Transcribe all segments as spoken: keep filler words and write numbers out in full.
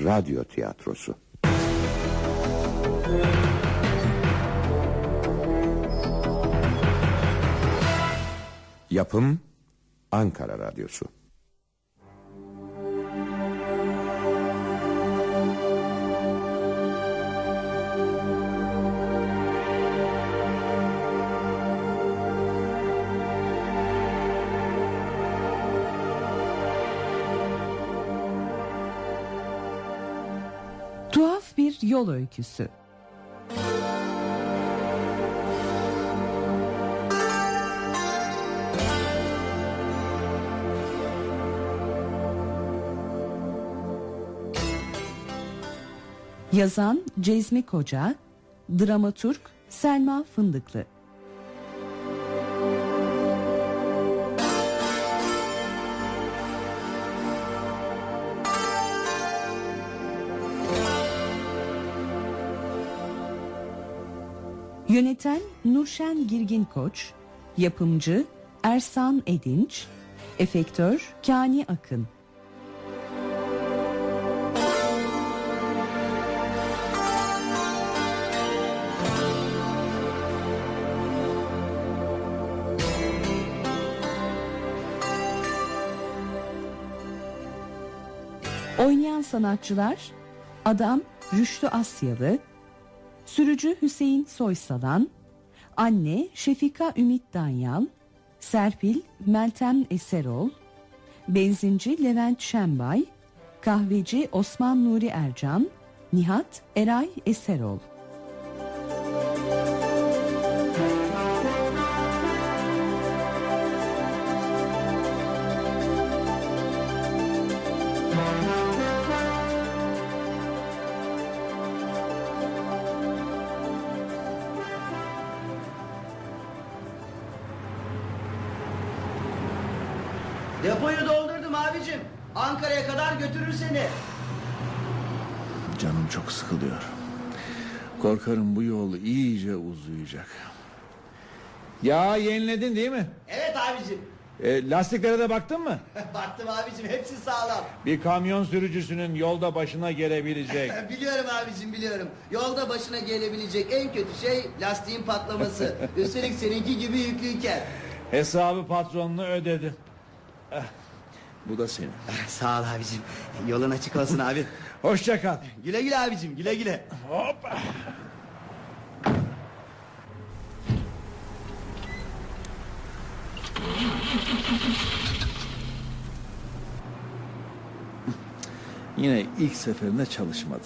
radyo tiyatrosu. Yapım Ankara Radyosu. Tuhaf bir yol öyküsü. Yazan Cezmi Koca, dramaturg Selma Fındıklı. Yöneten Nurşen Girgin Koç, yapımcı Ersan Edinç, efektör Kani Akın. Oynayan sanatçılar: Adam Rüştü Asyalı, sürücü Hüseyin Soysalan, anne Şefika Ümit Danyal, Serpil Meltem Eserol, benzinci Levent Şenbay, kahveci Osman Nuri Ercan, Nihat Eray Eserol. Depoyu doldurdum abicim. Ankara'ya kadar götürür seni. Canım çok sıkılıyor. Korkarım bu yol iyice uzayacak. Ya yeniledin değil mi? Evet abicim. E, lastiklere de baktın mı? Baktım abicim, hepsi sağlam. Bir kamyon sürücüsünün yolda başına gelebilecek. Biliyorum abicim, biliyorum. Yolda başına gelebilecek en kötü şey lastiğin patlaması. Üstelik seninki gibi yüklüyken. Hesabı patronunu ödedim. Eh, bu da senin. Sağ ol abicim. Yolun açık olsun abi. Hoşça kal. Güle güle abicim, güle güle. Hoppa. Yine ilk seferinde çalışmadın.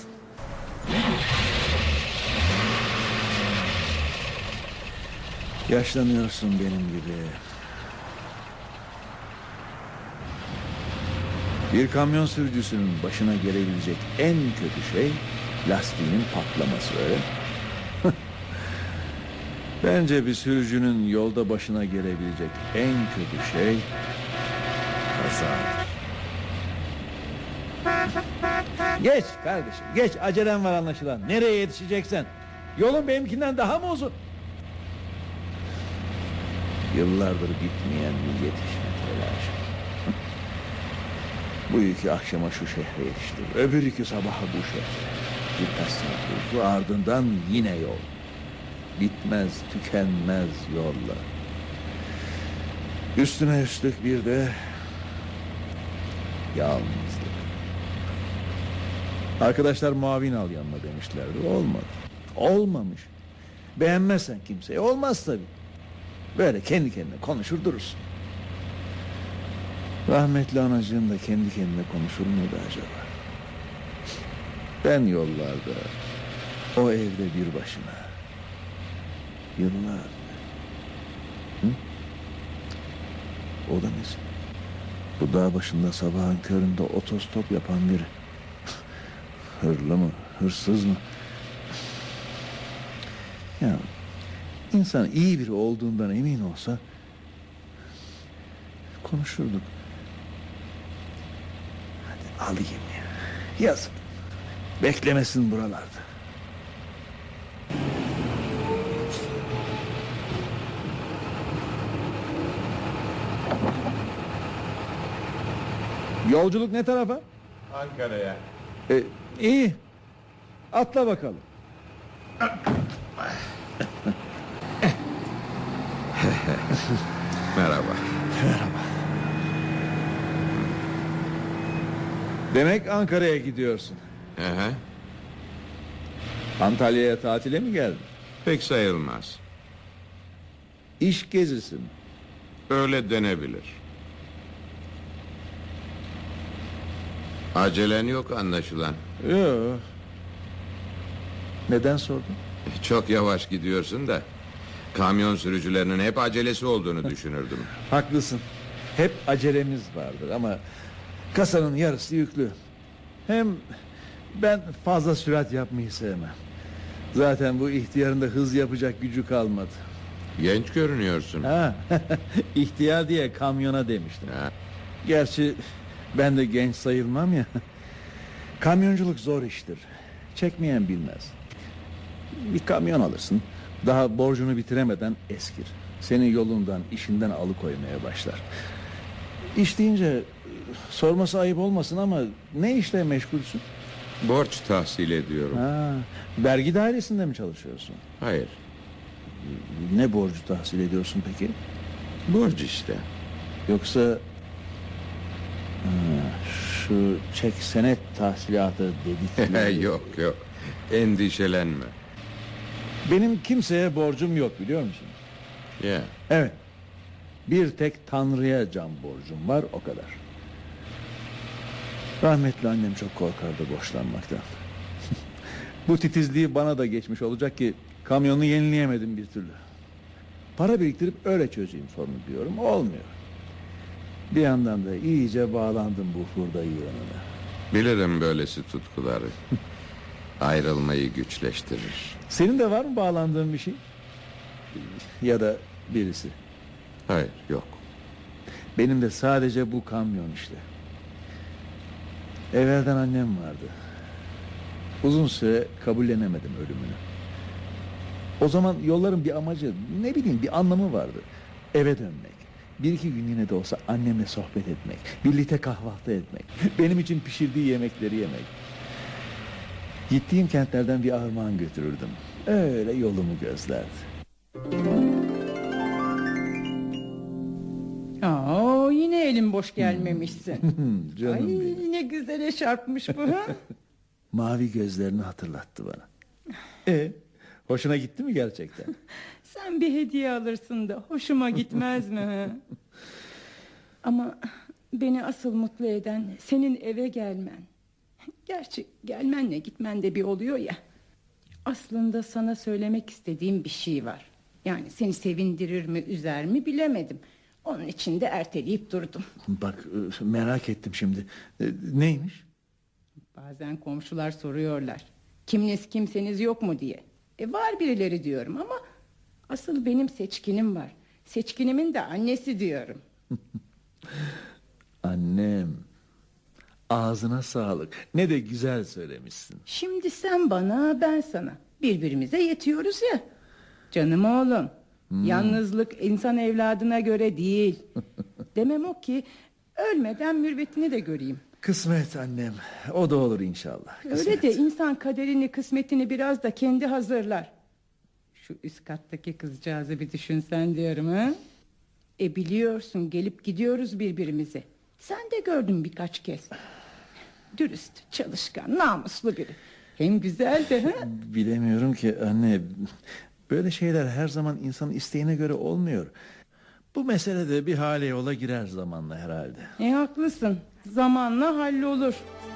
Yaşlanıyorsun benim gibi. Bir kamyon sürücüsünün başına gelebilecek en kötü şey lastiğinin patlaması, öyle. Bence bir sürücünün yolda başına gelebilecek en kötü şey kazadır. Geç kardeşim, geç, acelen var anlaşılan. Nereye yetişeceksen? Yolun benimkinden daha mı uzun? Yıllardır bitmeyen bir yetişme telaşı. Bu yükü akşama şu şehre yetiştir, öbür yükü sabaha bu şehre. Birkaç saat uyku, ardından yine yol. Bitmez, tükenmez yollar. Üstüne üstlük bir de yalnızlık. Arkadaşlar muavin al yanına demişlerdi, olmadı. Olmamış. Beğenmezsen kimseye olmaz tabii. Böyle kendi kendine konuşur durursun. Rahmetli anacığım da kendi kendine konuşur muydu acaba? Ben yollarda, o evde bir başına. Yıllar. Hı? O da nesin? Bu dağ başında sabahın köründe otostop yapan biri. Hırlı mı, hırsız mı? Ya insan iyi biri olduğundan emin olsa konuşurduk. Hadi alayım ya. Yazık. Beklemesin buralarda. Yolculuk ne tarafa? Ankara'ya. E, İyi. Atla bakalım. Merhaba. Demek Ankara'ya gidiyorsun. Hı hı. Antalya'ya tatile mi geldin? Pek sayılmaz. İş gezisi mi? Öyle denebilir. Acelen yok anlaşılan. Yok. Neden sordun? Çok yavaş gidiyorsun da. Kamyon sürücülerinin hep acelesi olduğunu düşünürdüm. Haklısın. Hep acelemiz vardır ama kasanın yarısı yüklü. Hem ben fazla sürat yapmayı sevmem. Zaten bu ihtiyarın da hız yapacak gücü kalmadı. Genç görünüyorsun. Ha, ihtiyar diye kamyona demiştim. Ha. Gerçi ben de genç sayılmam ya. Kamyonculuk zor iştir. Çekmeyen bilmez. Bir kamyon alırsın, daha borcunu bitiremeden eskir. Seni yolundan, işinden alıkoymaya başlar. İş deyince sorması ayıp olmasın ama ne işle meşgulsün? Borç tahsil ediyorum. Ha, vergi dairesinde mi çalışıyorsun? Hayır. Ne borcu tahsil ediyorsun peki? Borç işte. Yoksa ha, şu çek senet tahsilatı dedik. Yok yok. Endişelenme. Benim kimseye borcum yok, biliyor musun? Ya. Evet. Bir tek Tanrı'ya can borcum var, o kadar. Rahmetli annem çok korkardı borçlanmaktan. Bu titizliği bana da geçmiş olacak ki kamyonu yenileyemedim bir türlü. Para biriktirip öyle çözeyim sorunu diyorum, olmuyor. Bir yandan da iyice bağlandım bu hurda yığınına. Bilirim böylesi tutkuları. Ayrılmayı güçleştirir. Senin de var mı bağlandığın bir şey? Ya da birisi? Hayır yok. Benim de sadece bu kamyon işte. Evvelden annem vardı. Uzun süre kabullenemedim ölümünü. O zaman yolların bir amacı, ne bileyim bir anlamı vardı. Eve dönmek, bir iki günlüğüne de olsa annemle sohbet etmek, birlikte kahvaltı etmek, benim için pişirdiği yemekleri yemek. Gittiğim kentlerden bir armağan götürürdüm. Öyle yolumu gözlerdi. Aa, yine elin boş gelmemişsin. Canım Ay, benim. ne güzel eşarpmış bu. Ha? Mavi gözlerini hatırlattı bana. E, hoşuna gitti mi gerçekten? Sen bir hediye alırsın da hoşuma gitmez mi? Ha? Ama beni asıl mutlu eden senin eve gelmen. Gerçi gelmenle gitmen de bir oluyor ya. Aslında sana söylemek istediğim bir şey var. Yani seni sevindirir mi üzer mi bilemedim. Onun için de erteleyip durdum. Bak, merak ettim şimdi. E, neymiş? Bazen komşular soruyorlar. Kiminiz kimseniz yok mu diye. E var birileri diyorum ama asıl benim seçkinim var. Seçkinimin de annesi diyorum. Annem. Ağzına sağlık. Ne de güzel söylemişsin. Şimdi sen bana, ben sana. Birbirimize yetiyoruz ya. Canım oğlum. Hmm. Yalnızlık insan evladına göre değil. Demem o ki ölmeden mürvetini de göreyim. Kısmet annem. O da olur inşallah. Kısmet. Öyle de insan kaderini, kısmetini biraz da kendi hazırlar. Şu üst kattaki kızcağızı bir düşünsen diyorum ha. E biliyorsun gelip gidiyoruz birbirimize. Sen de gördün birkaç kez. Dürüst, çalışkan, namuslu biri. Hem güzel de ha. Bilemiyorum ki anne. Böyle şeyler her zaman insanın isteğine göre olmuyor. Bu mesele de bir hale yola girer zamanla herhalde. E haklısın. Zamanla hallolur.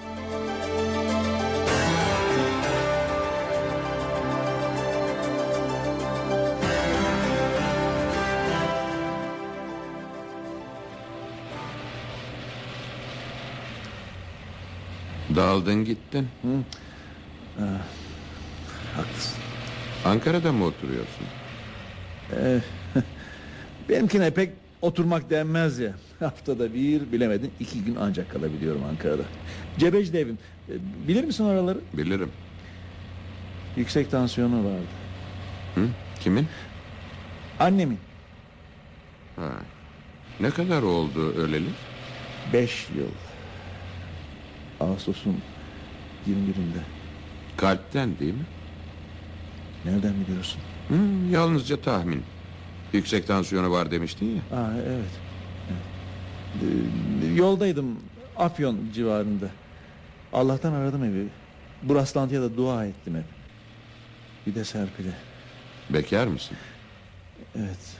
Daldın gittin. Hı? Aa, haklısın. Ankara'da mı oturuyorsun? Ee, benimkine pek oturmak denmez ya. Haftada bir, bilemedin iki gün ancak kalabiliyorum Ankara'da. Cebeci'de evim. Ee, bilir misin oraları? Bilirim. Yüksek tansiyonu vardı. Hı? Kimin? Annemin. Ha. Ne kadar oldu öleli? Beş yıl. Ağustos'un yirmi birinde. Kalpten değil mi? Nereden biliyorsun? Hmm, yalnızca tahmin. Yüksek tansiyonu var demiştin ya. Aa, evet. evet. Ee, yoldaydım Afyon civarında. Allah'tan aradım evi. Bu rastlantıya da dua ettim hep. Bir de Serpil'e. Bekar mısın? Evet.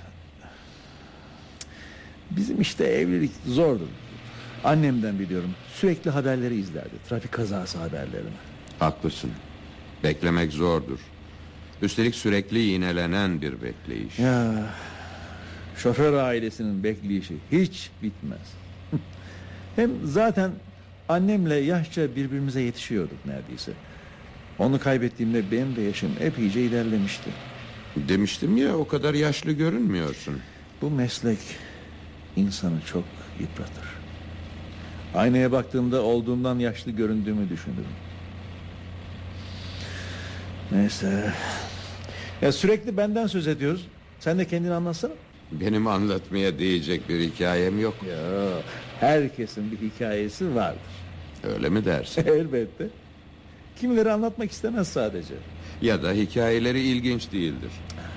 Bizim işte evlilik zordu. Annemden biliyorum. Sürekli haberleri izlerdi. Trafik kazası haberlerini. Haklısın. Beklemek zordur. Üstelik sürekli iğnelenen bir bekleyiş. Ya, şoför ailesinin bekleyişi hiç bitmez. Hem zaten annemle yaşça birbirimize yetişiyorduk neredeyse. Onu kaybettiğimde benim de yaşım epeyce ilerlemişti. Demiştim ya, o kadar yaşlı görünmüyorsun. Bu meslek insanı çok yıpratır. Aynaya baktığımda olduğumdan yaşlı göründüğümü düşünürüm. Neyse. Ya sürekli benden söz ediyoruz. Sen de kendini anlatsana. Benim anlatmaya değecek bir hikayem yok. Ya, herkesin bir hikayesi vardır. Öyle mi dersin? Elbette. Kimileri anlatmak istemez sadece. Ya da hikayeleri ilginç değildir.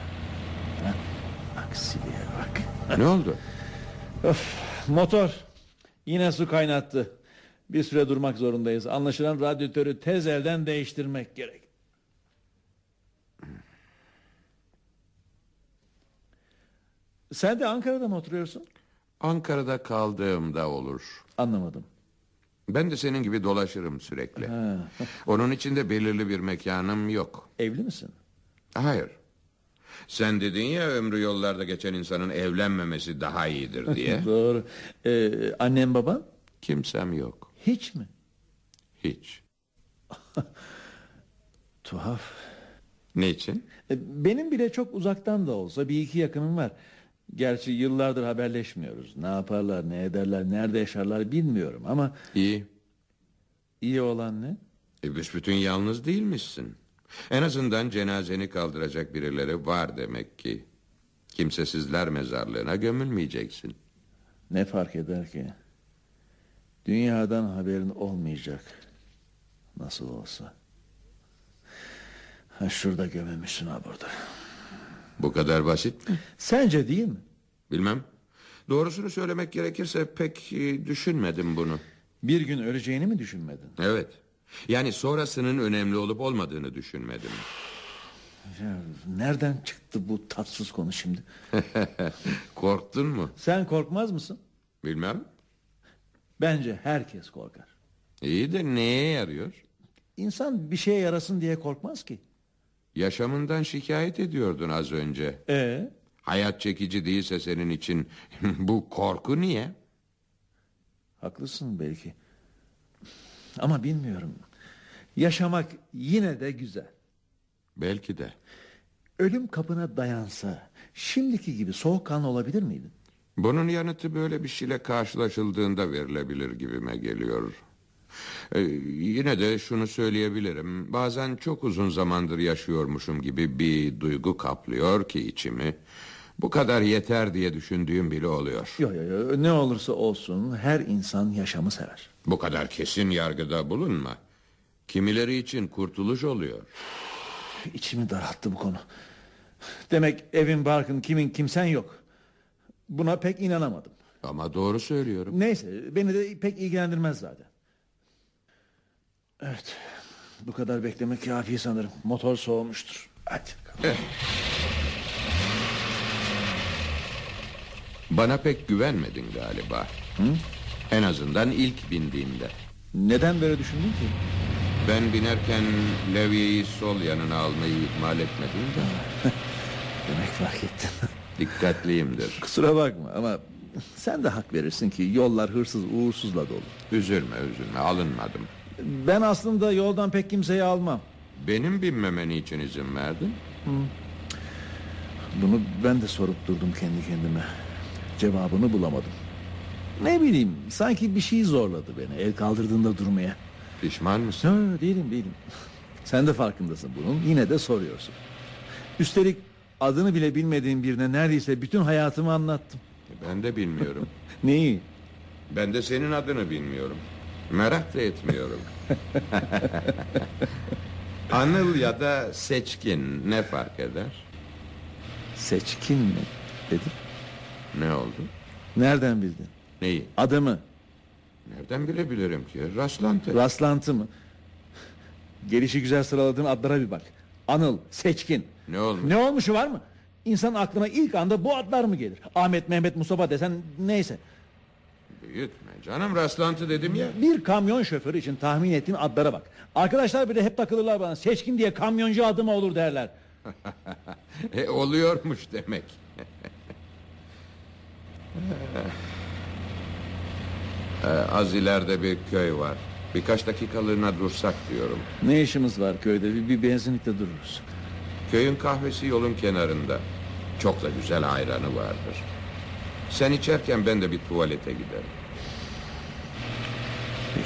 Aksiliğe bak. Ne oldu? Of, motor yine su kaynattı. Bir süre durmak zorundayız. Anlaşılan radyatörü tez elden değiştirmek gerek. Sen de Ankara'da mı oturuyorsun? Ankara'da kaldığımda olur. Anlamadım. Ben de senin gibi dolaşırım sürekli. Ha. Onun için de belirli bir mekanım yok. Evli misin? Hayır. Sen dedin ya, ömrü yollarda geçen insanın evlenmemesi daha iyidir diye. Doğru. Ee, annem baban? Kimsem yok. Hiç mi? Hiç. Tuhaf. Niçin? Ee, benim bile çok uzaktan da olsa bir iki yakınım var. Gerçi yıllardır haberleşmiyoruz. Ne yaparlar, ne ederler, nerede yaşarlar bilmiyorum ama... İyi. İyi olan ne? E, büsbütün yalnız değilmişsin. En azından cenazeni kaldıracak birileri var demek ki. Kimsesizler mezarlığına gömülmeyeceksin. Ne fark eder ki? Dünyadan haberin olmayacak. Nasıl olsa. Ha, şurada gömülmüşsün, ha burada. Bu kadar basit mi? Sence değil mi? Bilmem. Doğrusunu söylemek gerekirse pek e, düşünmedim bunu. Bir gün öleceğini mi düşünmedin? Evet. Yani sonrasının önemli olup olmadığını düşünmedim. Ya, nereden çıktı bu tatsız konu şimdi? Korktun mu? Sen korkmaz mısın? Bilmem. Bence herkes korkar. İyi de neye yarıyor? İnsan bir şeye yarasın diye korkmaz ki. Yaşamından şikayet ediyordun az önce. Ee? Hayat çekici değilse senin için bu korku niye? Haklısın belki. Ama bilmiyorum. Yaşamak yine de güzel. Belki de. Ölüm kapına dayansa şimdiki gibi soğukkanlı olabilir miydin? Bunun yanıtı böyle bir şeyle karşılaşıldığında verilebilir gibime geliyor. Ee, yine de şunu söyleyebilirim. Bazen çok uzun zamandır yaşıyormuşum gibi bir duygu kaplıyor ki içimi. Bu kadar yeter diye düşündüğüm bile oluyor. Yok yok yo, ne olursa olsun her insan yaşamı sever. Bu kadar kesin yargıda bulunma. Kimileri için kurtuluş oluyor. İçimi daralttı bu konu. Demek evin barkın kimin kimsen yok. Buna pek inanamadım. Ama doğru söylüyorum. Neyse beni de pek ilgilendirmez zaten. Evet, bu kadar beklemek kafi sanırım. Motor soğumuştur. Hadi. Eh. Bana pek güvenmedin galiba. Hı? En azından ilk bindiğimde. Neden böyle düşündün ki? Ben binerken levyeyi sol yanına almayı ihmal etmedim de. Demek fark ettin. Dikkatliyimdir. Kusura bakma ama sen de hak verirsin ki yollar hırsız uğursuzla dolu. Üzülme üzülme, alınmadım. Ben aslında yoldan pek kimseyi almam. Benim binmeme için izin verdin? Hı. Bunu ben de sorup durdum kendi kendime. Cevabını bulamadım. Ne bileyim, sanki bir şey zorladı beni el kaldırdığında durmaya. Pişman mısın? Yok, değilim değilim. Sen de farkındasın bunun, yine de soruyorsun. Üstelik adını bile bilmediğim birine neredeyse bütün hayatımı anlattım. Ben de bilmiyorum. Neyi? Ben de senin adını bilmiyorum. Merak da etmiyorum. Anıl ya da Seçkin ne fark eder? Seçkin mi dedi? Ne oldu? Nereden bildin? Neyi? Adımı. Nereden bilebilirim ki? Rastlantı. Rastlantı mı? Gelişi güzel sıraladığın adlara bir bak. Anıl, Seçkin. Ne olmuş? Ne olmuşu var mı? İnsanın aklına ilk anda bu adlar mı gelir? Ahmet, Mehmet, Mustafa desen neyse. Büyütme canım, rastlantı dedim ya. Bir kamyon şoförü için tahmin ettiğin adlara bak. Arkadaşlar bir de hep takılırlar bana. Seçkin diye kamyoncu adı mı olur derler. e, oluyormuş demek. e, az ileride bir köy var. Birkaç dakikalığına dursak diyorum. Ne işimiz var köyde? Bir, bir benzinlikte dururuz. Köyün kahvesi yolun kenarında. Çok da güzel ayranı vardır. Sen içerken ben de bir tuvalete giderim. Peki.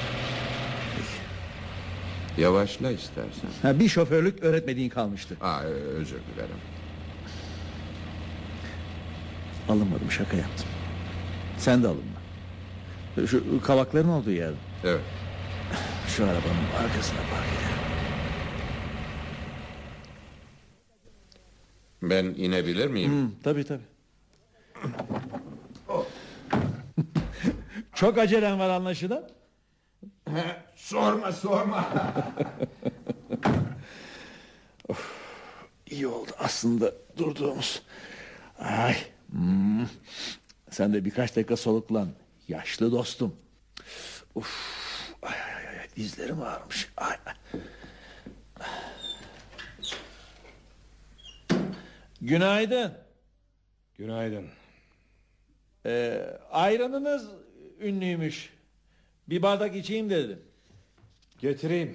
Peki. Yavaşla istersen. Ha, bir şoförlük öğretmediğin kalmıştı. Aa, özür dilerim. Alınmadım, şaka yaptım. Sen de alınma. Şu kavakların olduğu yer. Evet. Şu arabanın arkasına park edelim. Ben inebilir miyim? Hmm, tabii tabii. Çok acelen var anlaşılan. Sorma sorma. Of, iyi oldu aslında durduğumuz. Ay, hmm. Sen de birkaç dakika soluklan. Yaşlı dostum. Uf, ay, ay, ay, dizlerim ağrımış. Ay, ay. Günaydın. Günaydın. Ee, ayranınız ünlüymüş. Bir bardak içeyim dedim. Getireyim.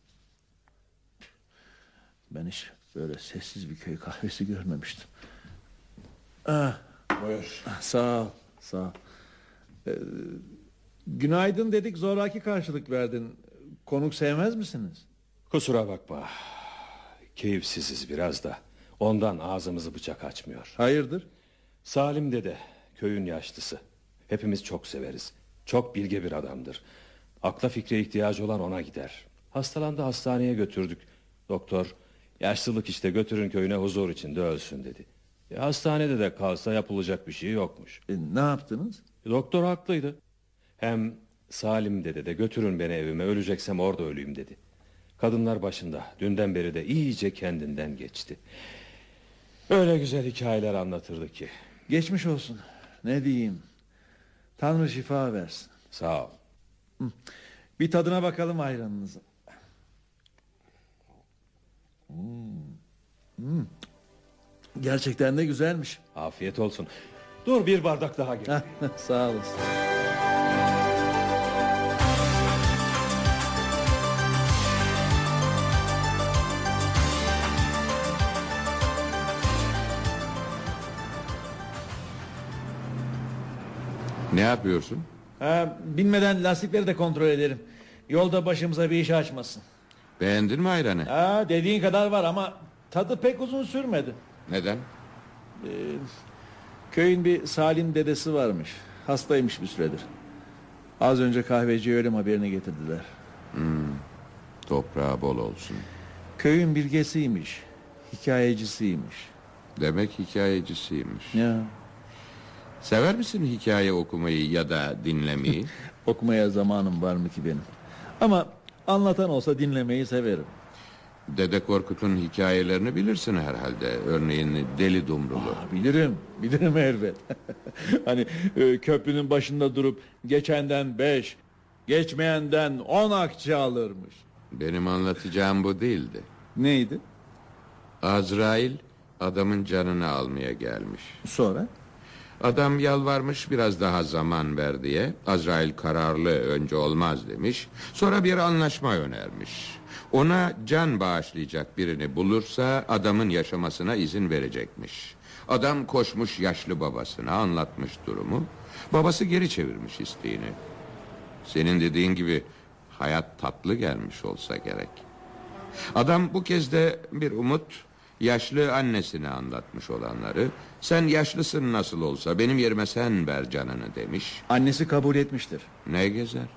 Ben hiç böyle sessiz bir köy kahvesi görmemiştim. Ah, Buyur. sağ ol, sağ ol. Ee, günaydın dedik, zoraki karşılık verdin. Konuk sevmez misiniz? Kusura bakma. Keyifsiziz biraz da. Ondan ağzımızı bıçak açmıyor. Hayırdır? Salim dede, köyün yaşlısı. Hepimiz çok severiz. Çok bilge bir adamdır. Akla fikre ihtiyacı olan ona gider. Hastalandı, hastaneye götürdük. Doktor, yaşlılık işte, götürün köyüne, huzur içinde ölsün dedi. E, hastanede de kalsa yapılacak bir şey yokmuş. E, ne yaptınız? Doktor haklıydı. Hem Salim dede de götürün beni evime, öleceksem orada öleyim dedi. Kadınlar başında, dünden beri de iyice kendinden geçti. Öyle güzel hikayeler anlatırdı ki. Geçmiş olsun. Ne diyeyim? Tanrı şifa versin. Sağ ol. Bir tadına bakalım ayranınızın. Hmm. Hmm. Gerçekten de güzelmiş. Afiyet olsun. Dur, bir bardak daha gel. Sağ olasın. Ne yapıyorsun? Ha, binmeden lastikleri de kontrol ederim. Yolda başımıza bir iş açmasın. Beğendin mi ayranı? Ha, dediğin kadar var ama tadı pek uzun sürmedi. Neden? Ee, köyün bir Salim dedesi varmış. Hastaymış bir süredir. Az önce kahveciye ölüm haberini getirdiler. Hmm, toprağı bol olsun. Köyün bilgesiymiş. Hikayecisiymiş. Demek hikayecisiymiş. Ya. Sever misin hikaye okumayı ya da dinlemeyi? Okumaya zamanım var mı ki benim? Ama anlatan olsa dinlemeyi severim. Dede Korkut'un hikayelerini bilirsin herhalde. Örneğin Deli Dumrulu. Aa, bilirim, bilirim elbet. Hani e, köprünün başında durup geçenden beş, geçmeyenden on akçe alırmış. Benim anlatacağım bu değildi. Neydi? Azrail adamın canını almaya gelmiş. Sonra? Adam yalvarmış biraz daha zaman ver diye. Azrail kararlı, önce olmaz demiş. Sonra bir anlaşma önermiş. Ona can bağışlayacak birini bulursa adamın yaşamasına izin verecekmiş. Adam koşmuş yaşlı babasına, anlatmış durumu. Babası geri çevirmiş isteğini. Senin dediğin gibi hayat tatlı gelmiş olsa gerek. Adam bu kez de bir umut, yaşlı annesine anlatmış olanları. Sen yaşlısın nasıl olsa, benim yerime sen ver canını demiş. Annesi kabul etmiştir. Ne gezer?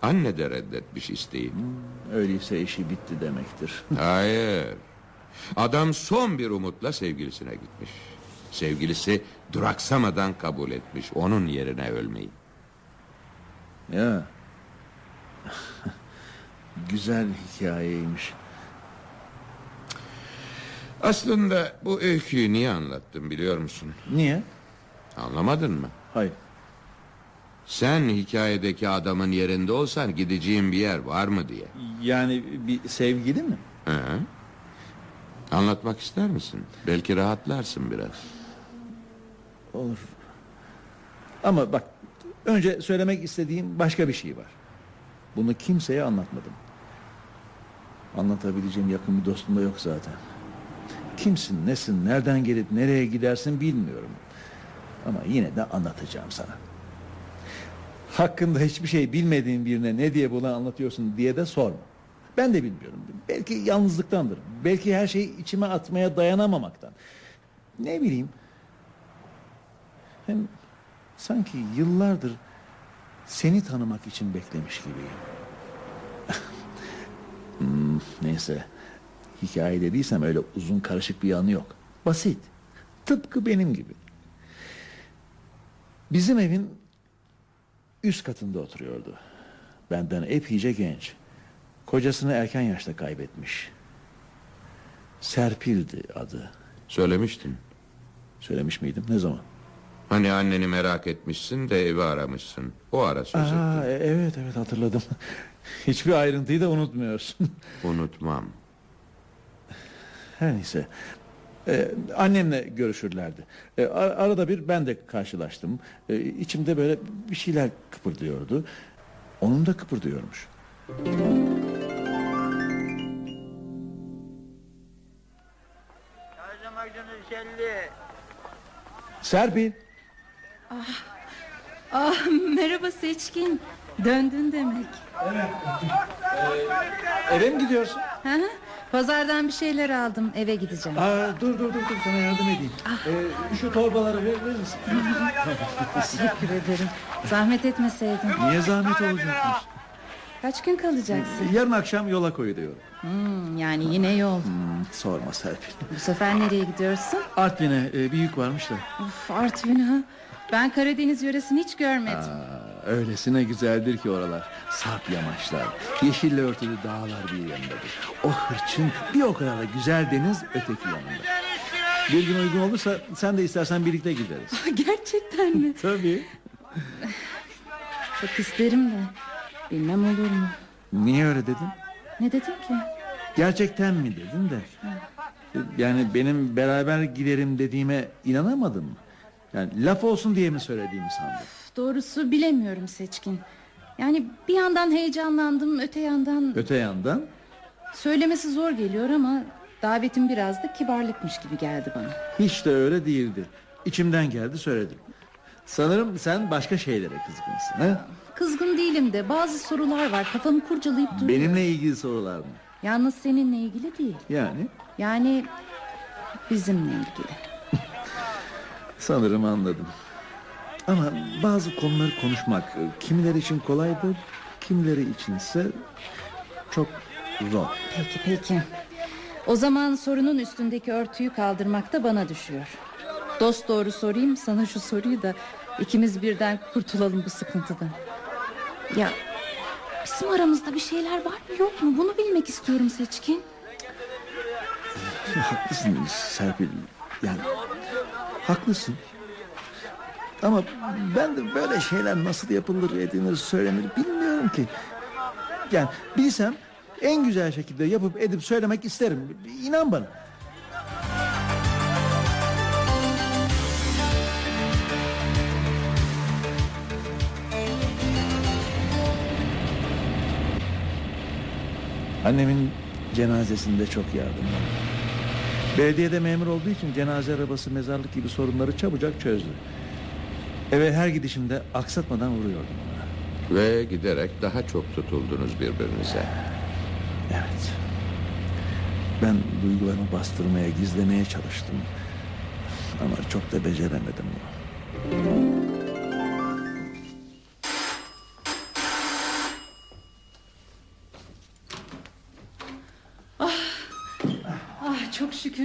Anne de reddetmiş isteği. Öyleyse işi bitti demektir. Hayır. Adam son bir umutla sevgilisine gitmiş. Sevgilisi duraksamadan kabul etmiş onun yerine ölmeyi. Ya. Güzel hikayeymiş. Aslında bu öyküyü niye anlattım biliyor musun? Niye? Anlamadın mı? Hayır. Sen hikayedeki adamın yerinde olsan gideceğin bir yer var mı diye. Yani bir sevgili mi? He? Anlatmak ister misin? Belki rahatlarsın biraz. Olur. Ama bak, önce söylemek istediğim başka bir şey var. Bunu kimseye anlatmadım. Anlatabileceğim yakın bir dostum da yok zaten. Kimsin, nesin, nereden gelip nereye gidersin bilmiyorum. Ama yine de anlatacağım sana. Hakkında hiçbir şey bilmediğin birine ne diye bunu anlatıyorsun diye de sorma. Ben de bilmiyorum. Belki yalnızlıktandır. Belki her şeyi içime atmaya dayanamamaktan. Ne bileyim. Hem sanki yıllardır seni tanımak için beklemiş gibiyim. hmm, neyse. Hikaye dediysem öyle uzun karışık bir yanı yok. Basit. Tıpkı benim gibi. Bizim evin üst katında oturuyordu. Benden epeyce genç. Kocasını erken yaşta kaybetmiş. Serpil'di adı. Söylemiştin. Söylemiş miydim? Ne zaman? Hani anneni merak etmişsin de evi aramışsın. O ara söz ettin. Aa, evet evet hatırladım. Hiçbir ayrıntıyı da unutmuyorsun. Unutmam. Her neyse. Ee, annemle görüşürlerdi. Ee, ar- arada bir ben de karşılaştım. Ee, içimde böyle bir şeyler kıpırdıyordu. Onun da kıpırdıyormuş. Serpil. Ah, merhaba Seçkin. Döndün demek. Eve mi gidiyorsun? Hı hı. Pazardan bir şeyler aldım. Eve gideceğim. Aa, dur dur dur dur sana yardım edeyim. Ee, şu torbaları verir misin? Teşekkür ederim. Zahmet etmeseydin. Niye zahmet olacakmış? Kaç gün kalacaksın? Yarın akşam yola koyuluyorum. Hmm, yani yine yol. Hmm, sorma Serpil. Bu sefer nereye gidiyorsun? Artvin'e e, bir yük varmış da. Of, Artvin ha. Ben Karadeniz yöresini hiç görmedim. Aa, öylesine güzeldir ki oralar. Sarp yamaçlar, yeşille örtülü dağlar bir yanındadır. O hırçın bir o kadar da güzel deniz öteki yanında. Bir gün uygun olursa sen de istersen birlikte gideriz. Gerçekten mi? Tabii. Çok isterim de. Bilmem olur mu? Niye öyle dedin? Ne dedim ki? Gerçekten mi dedin de. Yani benim beraber giderim dediğime inanamadın mı? Yani laf olsun diye mi söylediğimi sandın? Doğrusu bilemiyorum Seçkin. Yani bir yandan heyecanlandım, öte yandan... Öte yandan? Söylemesi zor geliyor ama davetin biraz da kibarlıkmış gibi geldi bana. Hiç de öyle değildi. İçimden geldi söyledim. Sanırım sen başka şeylere kızgınsın. Ha? Kızgın değilim de bazı sorular var, kafamı kurcalayıp duruyor. Benimle ilgili sorular mı? Yalnız seninle ilgili değil. Yani? Yani bizimle ilgili. Sanırım anladım. Ama bazı konuları konuşmak kimileri için kolaydır, kimileri içinse çok zor. Peki peki. O zaman sorunun üstündeki örtüyü kaldırmak da bana düşüyor. Dost doğru sorayım sana şu soruyu da ikimiz birden kurtulalım bu sıkıntıdan. Ya bizim aramızda bir şeyler var mı yok mu? Bunu bilmek istiyorum Seçkin. Haklısın Serpil. Yani haklısın. Ama ben de böyle şeyler nasıl yapılır, edilir, söylenir bilmiyorum ki. Yani bilsem en güzel şekilde yapıp edip söylemek isterim. İnan bana. Annemin cenazesinde çok yardım var. Belediyede memur olduğu için cenaze arabası, mezarlık gibi sorunları çabucak çözdü. Eve her gidişimde aksatmadan vuruyordum ona. Ve giderek daha çok tutuldunuz birbirinize. Evet. Ben duygularımı bastırmaya, gizlemeye çalıştım. Ama çok da beceremedim bunu.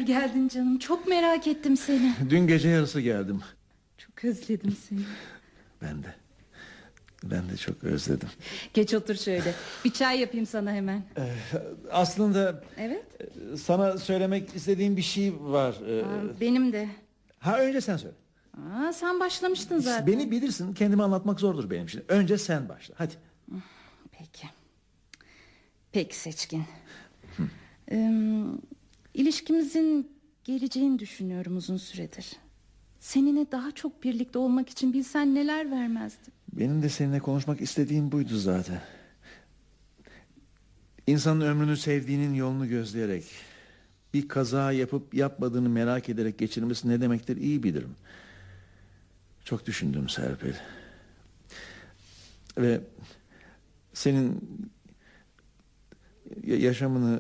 geldin canım? Çok merak ettim seni. Dün gece yarısı geldim. Çok özledim seni. Ben de. Ben de çok özledim. Geç otur şöyle. Bir çay yapayım sana hemen. Ee, aslında Evet. sana söylemek istediğim bir şey var. Ee, Aa, benim de. Ha önce sen söyle. Aa, sen başlamıştın zaten. Beni bilirsin, kendimi anlatmak zordur benim için. Önce sen başla, hadi. Peki. Peki Seçkin. Ee, ilişkimizin geleceğini düşünüyorum uzun süredir. Seninle daha çok birlikte olmak için bilsen neler vermezdim. Benim de seninle konuşmak istediğim buydu zaten. İnsanın ömrünü sevdiğinin yolunu gözleyerek, bir kaza yapıp yapmadığını merak ederek geçirmesi ne demektir iyi bilirim. Çok düşündüm Serpil. Ve senin yaşamını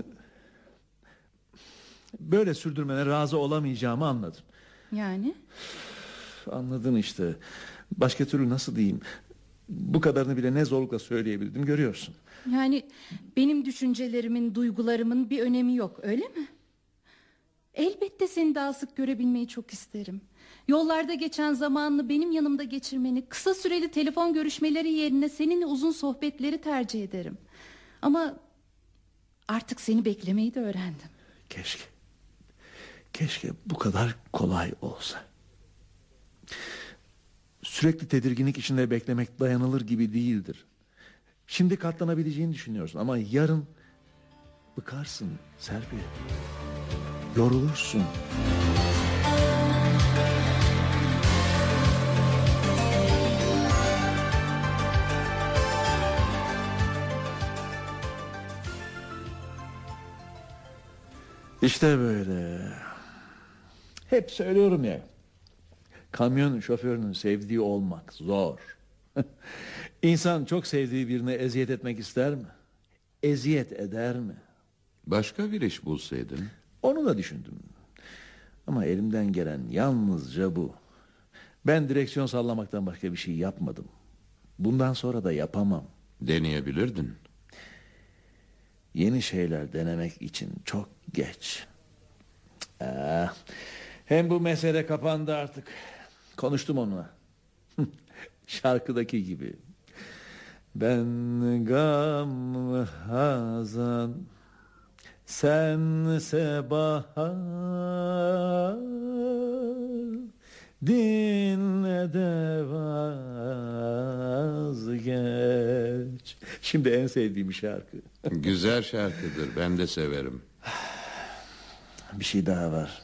böyle sürdürmene razı olamayacağımı anladım. Yani? Anladın işte. Başka türlü nasıl diyeyim? Bu kadarını bile ne zorlukla söyleyebildim, görüyorsun. Yani benim düşüncelerimin, duygularımın bir önemi yok, öyle mi? Elbette seni daha sık görebilmeyi çok isterim. Yollarda geçen zamanını benim yanımda geçirmeni, kısa süreli telefon görüşmeleri yerine seninle uzun sohbetleri tercih ederim. Ama artık seni beklemeyi de öğrendim. Keşke. Keşke bu kadar kolay olsa. Sürekli tedirginlik içinde beklemek dayanılır gibi değildir. Şimdi katlanabileceğini düşünüyorsun ama yarın bıkarsın Serpil. Yorulursun. İşte böyle. Hep söylüyorum ya. Kamyon şoförünün sevdiği olmak zor. İnsan çok sevdiği birine eziyet etmek ister mi? Eziyet eder mi? Başka bir iş bulsaydın. Onu da düşündüm. Ama elimden gelen yalnızca bu. Ben direksiyon sallamaktan başka bir şey yapmadım. Bundan sonra da yapamam. Deneyebilirdin. Yeni şeyler denemek için çok geç. Aa, hem bu mesele kapandı artık. Konuştum onunla. Şarkıdaki gibi. Ben gamlı hazan, sense bahar, dinle de vazgeç. Şimdi en sevdiğim şarkı. Güzel şarkıdır, ben de severim. Bir şey daha var.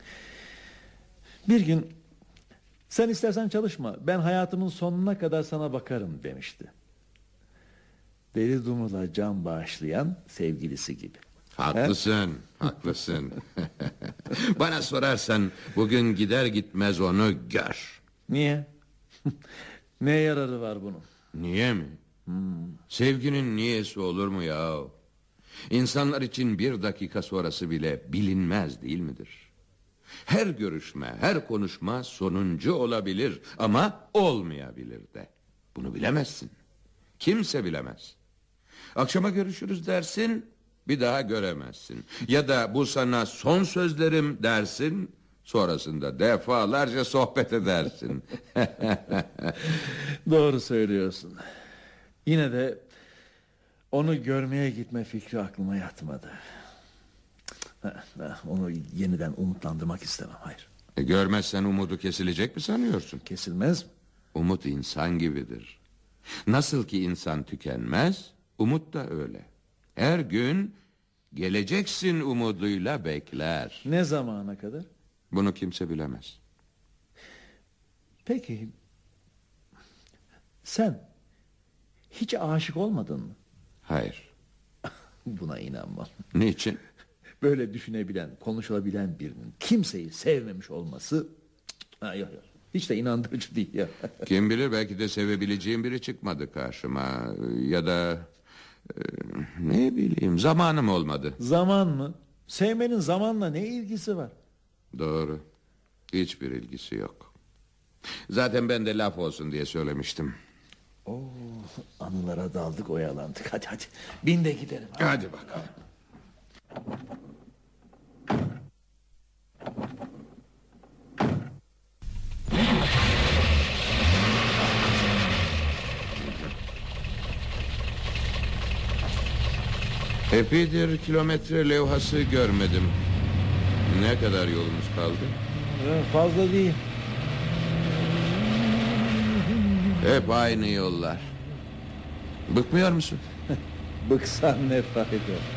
Bir gün sen istersen çalışma, ben hayatımın sonuna kadar sana bakarım demişti. Deli Dumrul'a can bağışlayan sevgilisi gibi. Haklısın, haklısın. Bana sorarsan bugün gider gitmez onu gör. Niye? Ne yararı var bunun? Niye mi? Hmm. Sevginin niyesi olur mu ya? İnsanlar için bir dakika sonrası bile bilinmez değil midir? Her görüşme, her konuşma sonuncu olabilir ama olmayabilir de. Bunu bilemezsin. Kimse bilemez. Akşama görüşürüz dersin, bir daha göremezsin. Ya da bu sana son sözlerim dersin, sonrasında defalarca sohbet edersin. Doğru söylüyorsun. Yine de onu görmeye gitme fikri aklıma yatmadı. Onu yeniden umutlandırmak istemem, hayır. E, görmezsen umudu kesilecek mi sanıyorsun? Kesilmez mi? Umut insan gibidir. Nasıl ki insan tükenmez, umut da öyle. Her gün geleceksin umuduyla bekler. Ne zamana kadar? Bunu kimse bilemez. Peki sen hiç aşık olmadın mı? Hayır. Buna inanmam. Niçin? Böyle düşünebilen, konuşulabilen birinin kimseyi sevmemiş olması ha, yok, yok. Hiç de inandırıcı değil ya. Kim bilir, belki de sevebileceğim biri çıkmadı karşıma. Ya da e, ne bileyim, zamanım olmadı. Zaman mı? Sevmenin zamanla ne ilgisi var? Doğru. Hiçbir ilgisi yok. Zaten ben de laf olsun diye söylemiştim. Oo, anılara daldık, oyalandık. Hadi hadi bin de gidelim. Hadi bakalım. Epeydir kilometre levhası görmedim. Ne kadar yolumuz kaldı? Fazla değil. Hep aynı yollar. Bıkmıyor musun? Bıksan ne fayda?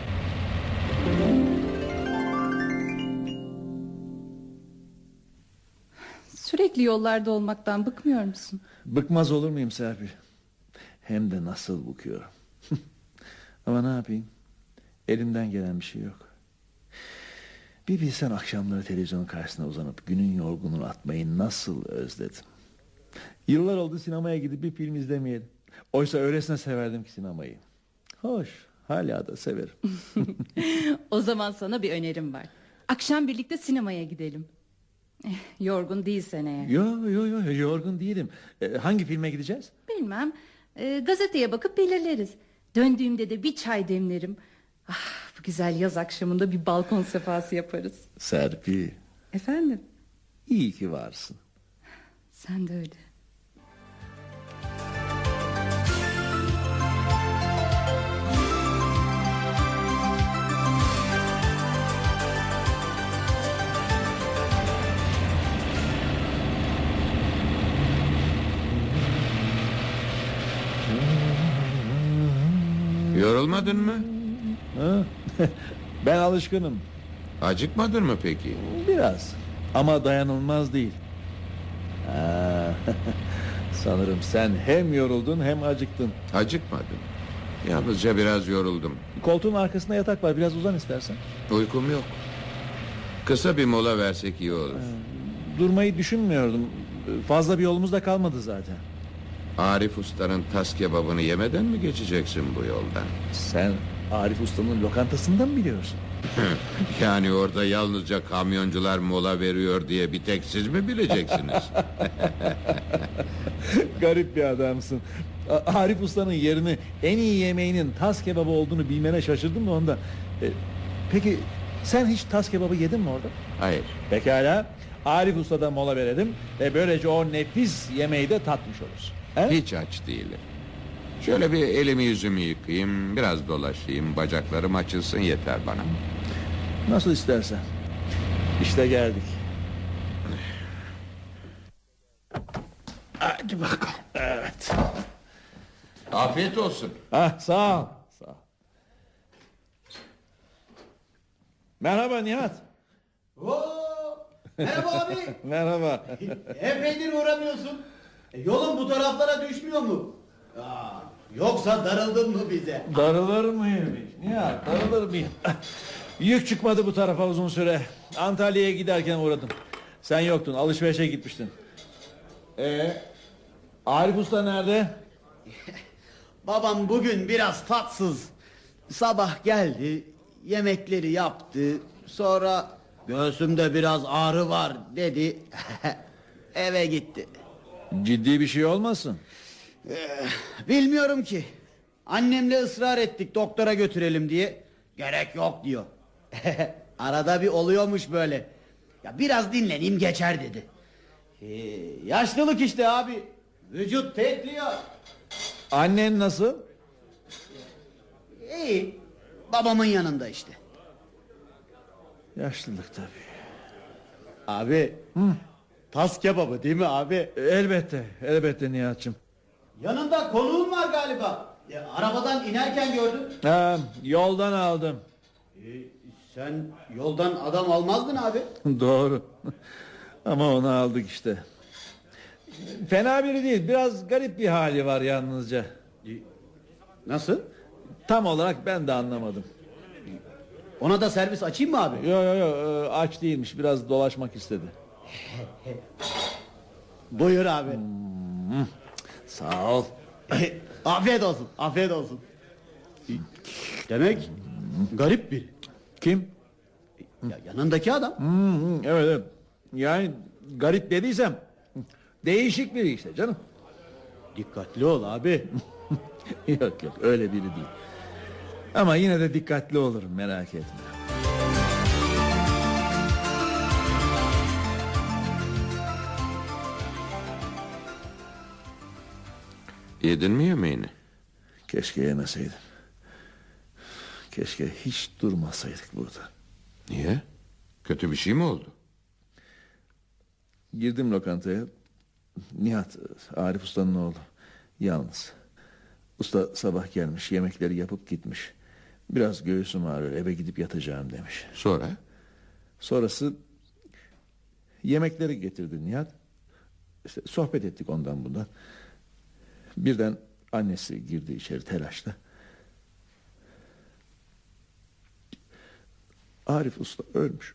Sürekli yollarda olmaktan bıkmıyor musun? Bıkmaz olur muyum Serpil? Hem de nasıl bıkıyorum. Ama ne yapayım? Elimden gelen bir şey yok. Bir bilsen akşamları televizyonun karşısına uzanıp günün yorgunluğunu atmayı nasıl özledim. Yıllar oldu sinemaya gidip bir film izlemeyelim. Oysa öylesine severdim ki sinemayı. Hoş, hala da severim. O zaman sana bir önerim var. Akşam birlikte sinemaya gidelim. Eh, Yorgun değilsen eğer. Yo yo yo yorgun değilim. Ee, hangi filme gideceğiz? Bilmem. Ee, gazeteye bakıp belirleriz. Döndüğümde de bir çay demlerim. Ah, bu güzel yaz akşamında bir balkon sefası yaparız. Serpil, Efendim? iyi ki varsın. Sen de öyle. Yorulmadın mı? Ha? Ben alışkınım. Acıkmadın mı peki? Biraz. Ama dayanılmaz değil. Ha, sanırım sen hem yoruldun hem acıktın. Acıkmadım. Yalnızca biraz yoruldum. Koltuğun arkasında yatak var, biraz uzan istersen. Uykum yok. Kısa bir mola versek iyi olur. Durmayı düşünmüyordum. Fazla bir yolumuz da kalmadı zaten. Arif Usta'nın tas kebabını yemeden mi geçeceksin bu yoldan? Sen Arif Usta'nın lokantasından mı biliyorsun? Yani orada yalnızca kamyoncular mola veriyor diye bir tek siz mi bileceksiniz? Garip bir adamsın. A- Arif Usta'nın yerini, en iyi yemeğinin tas kebabı olduğunu bilmene şaşırdım da ondan. E, peki sen hiç tas kebabı yedin mi orada? Hayır. Pekala. Arif Usta'da mola verelim ve böylece o nefis yemeği de tatmış oluruz. He? Hiç aç değilim. Şöyle bir elimi yüzümü yıkayayım, biraz dolaşayım, bacaklarım açılsın yeter bana. Nasıl istersen. İşte geldik. Hadi bakalım. Evet. Afiyet olsun. Ah, sağ ol. Sağ ol. Merhaba Nihat. Oo, merhaba abi. Merhaba. Epeydir uğramıyorsun. E, yolun bu taraflara düşmüyor mu? Aa, yoksa darıldın mı bize? Darılır mıyım? Nihat, darılır mıyım? Yük çıkmadı bu tarafa uzun süre. Antalya'ya giderken uğradım. Sen yoktun, alışverişe gitmiştin. Ee, Arif Usta nerede? Babam bugün biraz tatsız. Sabah geldi, yemekleri yaptı. Sonra göğsümde biraz ağrı var dedi. Eve gitti. Ciddi bir şey olmasın? Ee, bilmiyorum ki. Annemle ısrar ettik doktora götürelim diye. Gerek yok diyor. Arada bir oluyormuş böyle. Ya biraz dinleneyim geçer dedi. Ee, yaşlılık işte abi. Vücut tekliyor. Annen nasıl? İyi. Babamın yanında işte. Yaşlılık tabii. Abi. Hı. Tas kebabı değil mi abi? Elbette, elbette Nihat'cığım. Yanında konuğun var galiba. Ya, arabadan inerken gördüm. Ha, yoldan aldım. Ee, sen yoldan adam almazdın abi. Doğru. Ama onu aldık işte. Fena biri değil, biraz garip bir hali var yalnızca. Nasıl? Tam olarak ben de anlamadım. Ona da servis açayım mı abi? Yo yo yo, aç değilmiş, biraz dolaşmak istedi. Buyur abi. Hmm, sağ ol. Afiyet olsun, afiyet olsun. Demek garip biri. Kim? Ya, yanındaki adam. Hmm, evet, evet. Yani garip dediysem değişik biri işte canım. Dikkatli ol abi. Yok yok, öyle biri değil. Ama yine de dikkatli olurum, merak etme. Yedin mi yemeğini? Keşke yemeseydim. Keşke hiç durmasaydık burada. Niye? Kötü bir şey mi oldu? Girdim lokantaya. Nihat, Arif Usta'nın oğlu. Yalnız. Usta sabah gelmiş, yemekleri yapıp gitmiş. Biraz göğsüm ağrıyor, eve gidip yatacağım demiş. Sonra? Sonrası yemekleri getirdi Nihat. İşte sohbet ettik ondan bundan. Birden annesi girdi içeri telaşla. Arif Usta ölmüş.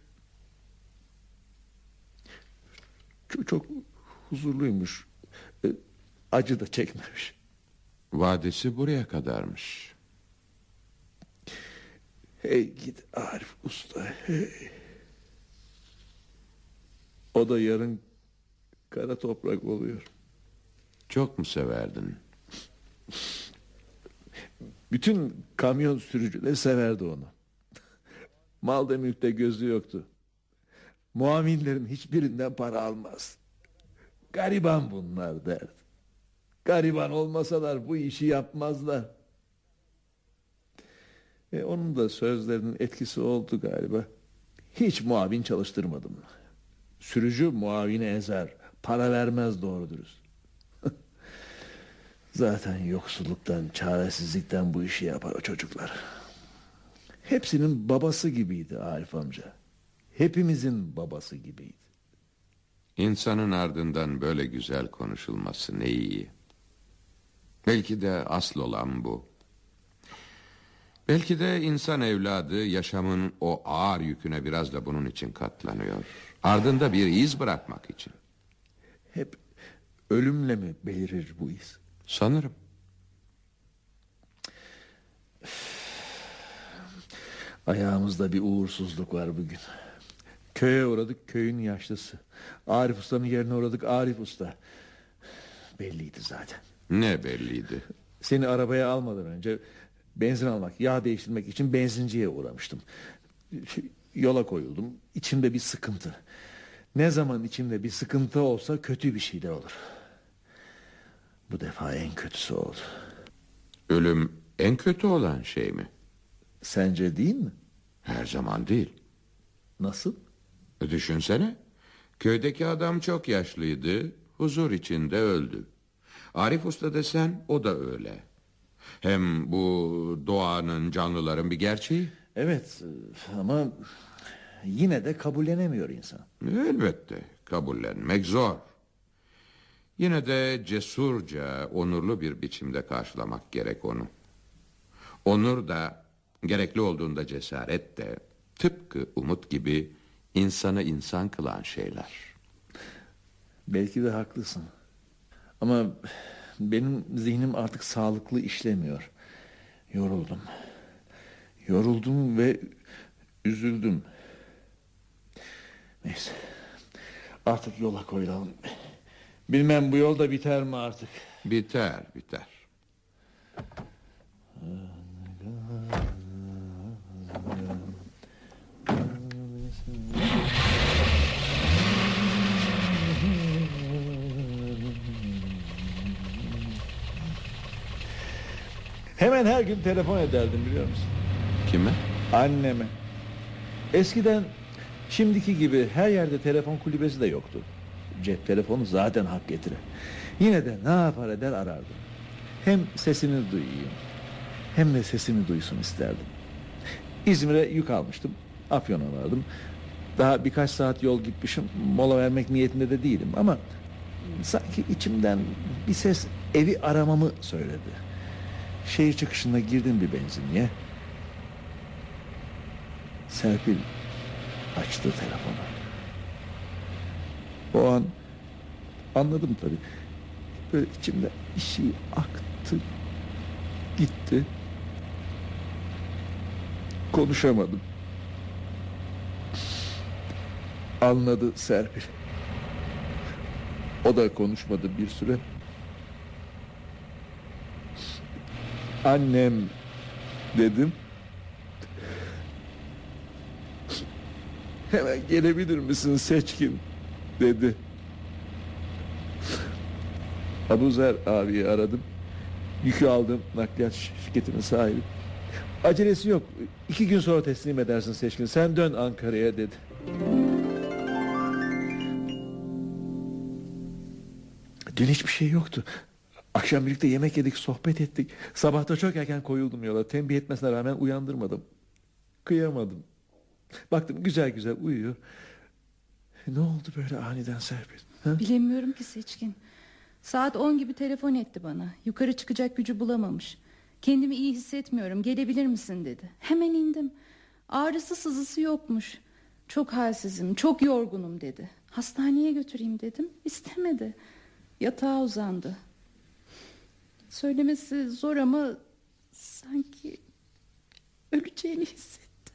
Çok, çok huzurluymuş. Acı da çekmemiş. Vadesi buraya kadarmış. Hey git Arif Usta, hey. O da yarın kara toprak oluyor. Çok mu severdin? Bütün kamyon sürücüleri severdi onu. Malda mülkte gözü yoktu. Muavinlerin hiçbirinden para almaz. Gariban bunlar derdi. Gariban olmasalar bu işi yapmazlar. E onun da sözlerinin etkisi oldu galiba. Hiç muavin çalıştırmadım. Sürücü muavini ezer. Para vermez doğru dürüst. Zaten yoksulluktan, çaresizlikten bu işi yapar o çocuklar. Hepsinin babası gibiydi Arif amca. Hepimizin babası gibiydi. İnsanın ardından böyle güzel konuşulması ne iyi. Belki de asıl olan bu. Belki de insan evladı yaşamın o ağır yüküne biraz da bunun için katlanıyor. Ardında bir iz bırakmak için. Hep ölümle mi belirir bu iz? Sanırım. Ayağımızda bir uğursuzluk var bugün. Köye uğradık, köyün yaşlısı. Arif Usta'nın yerine uğradık, Arif Usta. Belliydi zaten. Ne belliydi? Seni arabaya almadan önce benzin almak, yağ değiştirmek için benzinciye uğramıştım. Yola koyuldum. İçimde bir sıkıntı. Ne zaman içimde bir sıkıntı olsa kötü bir şeyler olur. Bu defa en kötüsü oldu. Ölüm en kötü olan şey mi? Sence değil mi? Her zaman değil. Nasıl? Düşünsene. Köydeki adam çok yaşlıydı. Huzur içinde öldü. Arif Usta desen o da öyle. Hem bu doğanın, canlıların bir gerçeği. Evet ama yine de kabullenemiyor insan. Elbette kabullenmek zor. Yine de cesurca, onurlu bir biçimde karşılamak gerek onu. Onur da, gerekli olduğunda cesaret de, tıpkı umut gibi insanı insan kılan şeyler. Belki de haklısın. Ama benim zihnim artık sağlıklı işlemiyor. Yoruldum. Yoruldum ve üzüldüm. Neyse. Artık yola koyulalım. Bilmem bu yol da biter mi artık? Biter, biter. Hemen her gün telefon ederdim biliyor musun? Kime? Anneme. Eskiden şimdiki gibi her yerde telefon kulübesi de yoktu. Cep telefonu zaten hak getirir. Yine de ne yapar eder arardım. Hem sesini duyayım hem de sesini duysun isterdim. İzmir'e yük almıştım. Afyon'a vardım. Daha birkaç saat yol gitmişim. Mola vermek niyetinde de değilim ama sanki içimden bir ses evi aramamı söyledi. Şehir çıkışında girdim bir benzinliğe. Serpil açtı telefonu. O an anladım tabii. Böyle içimde bir şey aktı, gitti. Konuşamadım. Anladı Serpil. O da konuşmadı bir süre. Annem dedim. Hemen gelebilir misin Seçkin dedi. Abuzer abiyi aradım. Yükü aldım, nakliyat şirketinin sahibi. Acelesi yok. İki gün sonra teslim edersin Seçkin. Sen dön Ankara'ya dedi. Dün hiçbir şey yoktu. Akşam birlikte yemek yedik, sohbet ettik. Sabahta çok erken koyuldum yola. Tembih etmesine rağmen uyandırmadım. Kıyamadım. Baktım güzel güzel uyuyor. Ne oldu böyle aniden Serpil? Ha? Bilemiyorum ki Seçkin. Saat on gibi telefon etti bana. Yukarı çıkacak gücü bulamamış. Kendimi iyi hissetmiyorum, gelebilir misin dedi. Hemen indim. Ağrısı sızısı yokmuş. Çok halsizim, çok yorgunum dedi. Hastaneye götüreyim dedim. İstemedi. Yatağa uzandı. Söylemesi zor ama sanki öleceğini hissetti.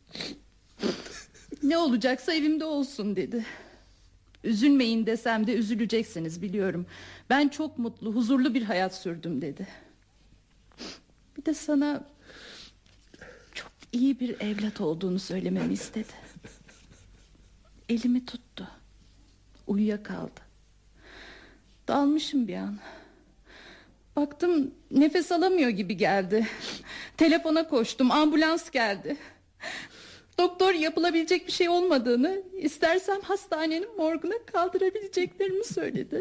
Ne olacaksa evimde olsun dedi. Üzülmeyin desem de üzüleceksiniz biliyorum. Ben çok mutlu, huzurlu bir hayat sürdüm dedi. Bir de sana çok iyi bir evlat olduğunu söylememi istedi. Elimi tuttu. Uyuyakaldı. Dalmışım bir an. Baktım nefes alamıyor gibi geldi. Telefona koştum, ambulans geldi. Doktor yapılabilecek bir şey olmadığını, istersem hastanenin morguna kaldırabileceklerimi söyledi.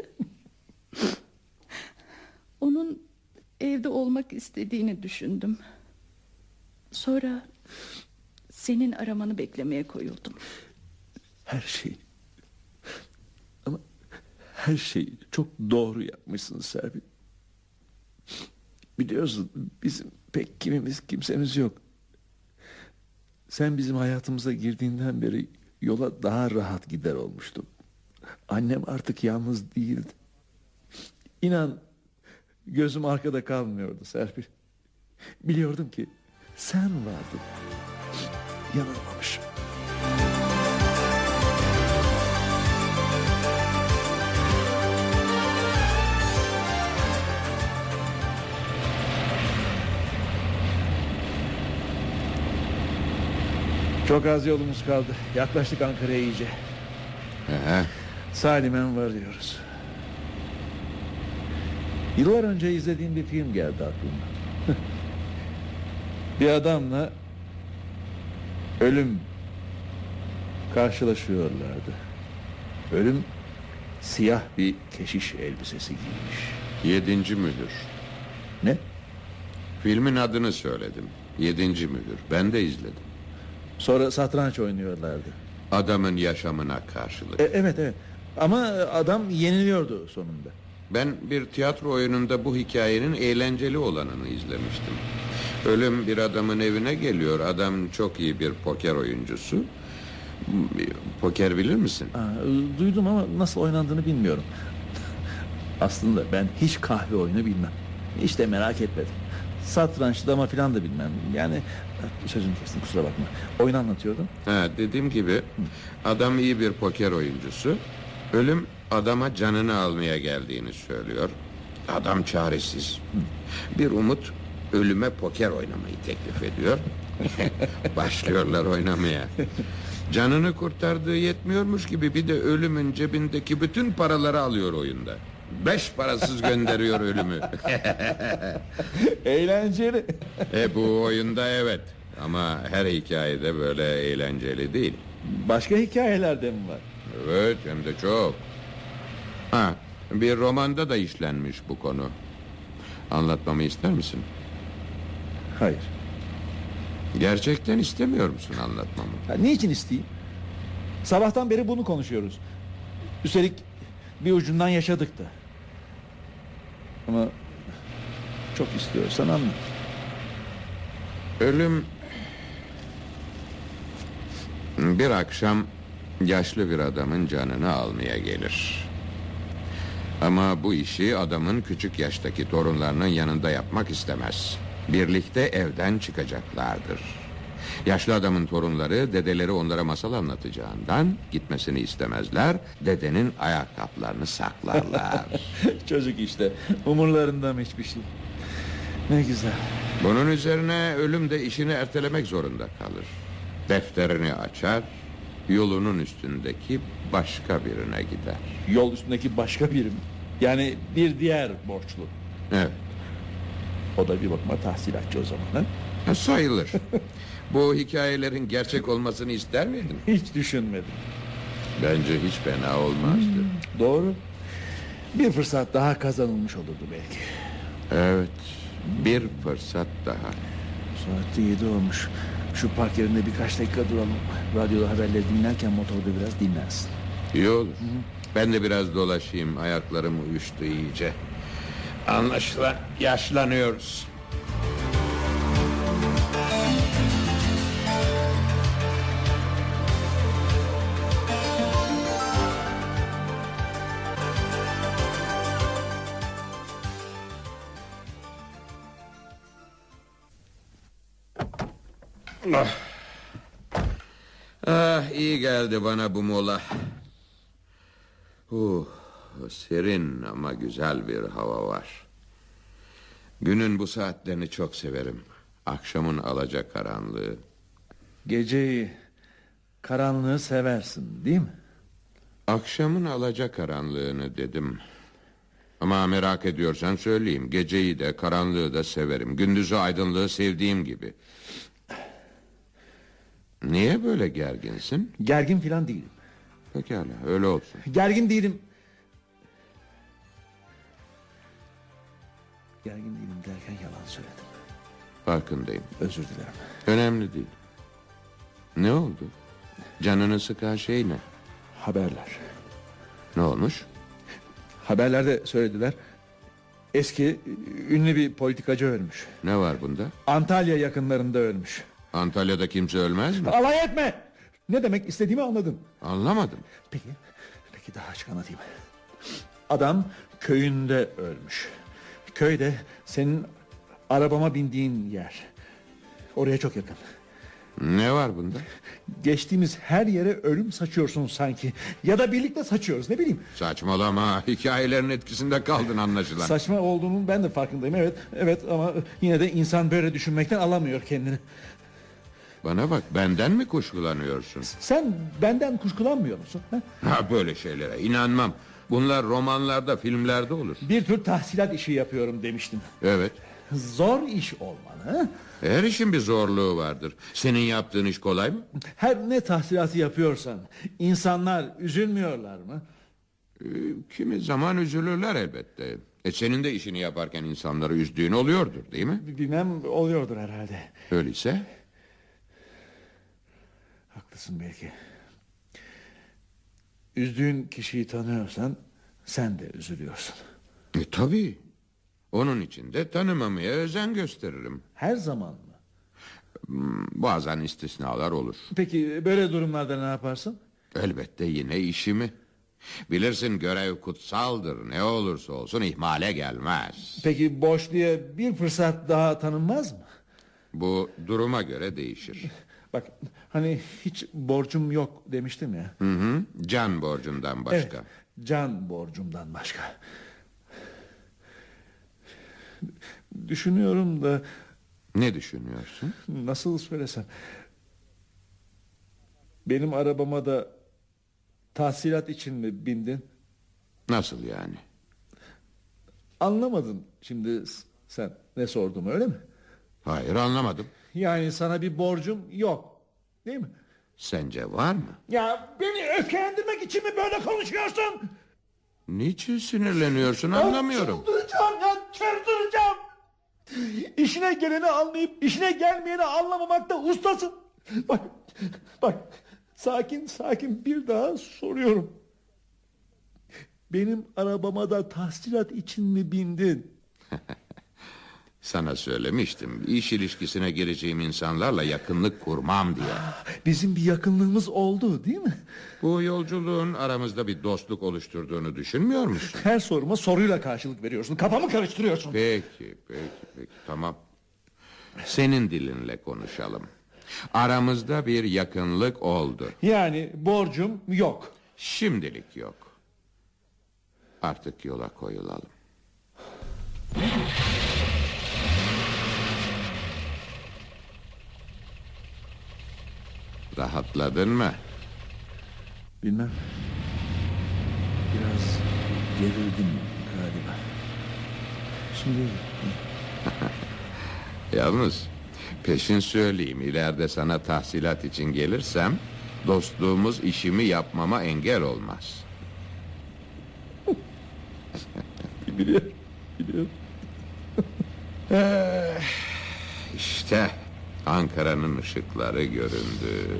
Onun evde olmak istediğini düşündüm. Sonra senin aramanı beklemeye koyuldum. Her şey, ama her şeyi çok doğru yapmışsın Serpil. Biliyorsun bizim pek kimimiz kimsemiz yok. Sen bizim hayatımıza girdiğinden beri yola daha rahat gider olmuştum. Annem artık yalnız değildi. İnan gözüm arkada kalmıyordu Serpil. Biliyordum ki sen vardın. Yanılmamışım. Çok az yolumuz kaldı. Yaklaştık Ankara'ya iyice. Ee, Salimen varıyoruz. Yıllar önce izlediğim bir film geldi aklıma. Bir adamla ölüm karşılaşıyorlardı. Ölüm siyah bir keşiş elbisesi giymiş. Yedinci müdür. Ne? Filmin adını söyledim. Yedinci müdür. Ben de izledim. Sonra satranç oynuyorlardı. Adamın yaşamına karşılık. E, evet evet. Ama adam yeniliyordu sonunda. Ben bir tiyatro oyununda bu hikayenin eğlenceli olanını izlemiştim. Ölüm bir adamın evine geliyor. Adam çok iyi bir poker oyuncusu. Poker bilir misin? Aa, duydum ama nasıl oynandığını bilmiyorum. Aslında ben hiç kahve oyunu bilmem. Hiç de merak etmedim. Satranç, dama filan da bilmem. Yani sözünü kestim, kusura bakma. Oyun anlatıyordum. Ha, dediğim gibi adam iyi bir poker oyuncusu. Ölüm adama canını almaya geldiğini söylüyor. Adam çaresiz. Bir umut ölüme poker oynamayı teklif ediyor. Başlıyorlar oynamaya. Canını kurtardığı yetmiyormuş gibi bir de ölümün cebindeki bütün paraları alıyor oyunda. Beş parasız gönderiyor ölümü. Eğlenceli. E bu oyunda evet. Ama her hikayede böyle eğlenceli değil. Başka hikayelerde mi var? Evet, hem de çok. Ha, bir romanda da işlenmiş bu konu. Anlatmamı ister misin? Hayır. Gerçekten istemiyor musun anlatmamı? Ya, niçin isteyeyim? Sabahtan beri bunu konuşuyoruz. Üstelik bir ucundan yaşadık da. Ama çok istiyorsan anlat. Ölüm bir akşam yaşlı bir adamın canını almaya gelir. Ama bu işi adamın küçük yaştaki torunlarının yanında yapmak istemez. Birlikte evden çıkacaklardır. Yaşlı adamın torunları dedeleri onlara masal anlatacağından gitmesini istemezler. Dedenin ayakkabılarını saklarlar. Çocuk işte, umurlarında mı hiçbir şey? Ne güzel. Bunun üzerine ölüm de işini ertelemek zorunda kalır. Defterini açar, yolunun üstündeki başka birine gider. Yol üstündeki başka biri mi? Yani bir diğer borçlu. Evet. O da bir bakıma tahsilatçı o zaman ha? Ha, sayılır. Bu hikayelerin gerçek olmasını ister miydin? Hiç düşünmedim. Bence hiç fena olmazdı. Hmm, doğru. Bir fırsat daha kazanılmış olurdu belki. Evet, bir fırsat daha. Saat de yedi olmuş. Şu park yerinde birkaç dakika duralım. Radyoda haberleri dinlerken motorda biraz dinlensin. İyi olur. Hı hı. Ben de biraz dolaşayım. Ayaklarım uyuştu iyice. Anlaşılan yaşlanıyoruz. Ah. Ah, iyi geldi bana bu mola. Uh, serin ama güzel bir hava var. Günün bu saatlerini çok severim. Akşamın alacakaranlığı. Geceyi, karanlığı seversin değil mi? Akşamın alacakaranlığını dedim. Ama merak ediyorsan söyleyeyim. Geceyi de karanlığı da severim. Gündüzü aydınlığı sevdiğim gibi. Niye böyle gerginsin? Gergin falan değilim. Pekala, öyle olsun. Gergin değilim. Gergin değilim derken yalan söyledim. Farkındayım. Özür dilerim. Önemli değil. Ne oldu? Canını sıkan şey ne? Haberler. Ne olmuş? Haberlerde söylediler. Eski ünlü bir politikacı ölmüş. Ne var bunda? Antalya yakınlarında ölmüş. Antalya'da kimse ölmez mi? Alay etme! Ne demek istediğimi anladın. Anlamadım. Peki, peki daha açık anlatayım. Adam köyünde ölmüş. Köyde senin arabama bindiğin yer. Oraya çok yakın. Ne var bunda? Geçtiğimiz her yere ölüm saçıyorsun sanki. Ya da birlikte saçıyoruz, ne bileyim. Saçmalama, hikayelerin etkisinde kaldın anlaşılan. Saçma olduğunun ben de farkındayım, evet. Evet ama yine de insan böyle düşünmekten alamıyor kendini. Bana bak, benden mi kuşkulanıyorsun? Sen benden kuşkulanmıyor musun? Ha? Ha, böyle şeylere inanmam. Bunlar romanlarda, filmlerde olur. Bir tür tahsilat işi yapıyorum demiştin. Evet. Zor iş olmalı. Her işin bir zorluğu vardır. Senin yaptığın iş kolay mı? Her ne tahsilatı yapıyorsan insanlar üzülmüyorlar mı? Ee, kimi zaman üzülürler elbette. E senin de işini yaparken insanları üzdüğün oluyordur değil mi? Bilmem, oluyordur herhalde. Öyleyse? Haklısın belki. Üzdüğün kişiyi tanıyorsan sen de üzülüyorsun. E tabii. Onun için de tanımamaya özen gösteririm. Her zaman mı? Bazen istisnalar olur. Peki böyle durumlarda ne yaparsın? Elbette yine işimi. Bilirsin, görev kutsaldır. Ne olursa olsun ihmale gelmez. Peki boşluğa bir fırsat daha tanınmaz mı? Bu duruma göre değişir. Bak hani hiç borcum yok demiştim ya. Hı hı, can borcundan başka. Evet, can borcumdan başka. Düşünüyorum da... Ne düşünüyorsun? Nasıl söylesem... Benim arabama da tahsilat için mi bindin? Nasıl yani? Anlamadın şimdi sen ne sordum, öyle mi? Hayır, anlamadım. Yani sana bir borcum yok, değil mi? Sence var mı? Ya beni öfkelendirmek için mi böyle konuşuyorsun? Niçin sinirleniyorsun, anlamıyorum. Çıldıracağım ya, çıldıracağım. İşine geleni anlayıp işine gelmeyeni anlamamakta ustasın. Bak, bak, sakin sakin bir daha soruyorum. Benim arabama da tahsilat için mi bindin? Sana söylemiştim, iş ilişkisine gireceğim insanlarla yakınlık kurmam diye. Bizim bir yakınlığımız oldu değil mi? Bu yolculuğun aramızda bir dostluk oluşturduğunu düşünmüyor musun? Her soruma soruyla karşılık veriyorsun. Kafamı karıştırıyorsun. Peki, peki, peki, tamam. Senin dilinle konuşalım. Aramızda bir yakınlık oldu. Yani borcum yok. Şimdilik yok. Artık yola koyulalım. Rahatladın mı? Bilmem. Biraz gerildim galiba. Şimdi... Yalnız Peşin söyleyeyim, ileride sana tahsilat için gelirsem dostluğumuz işimi yapmama engel olmaz. Biliyorum, biliyorum. Ee, işte Ankara'nın ışıkları göründü.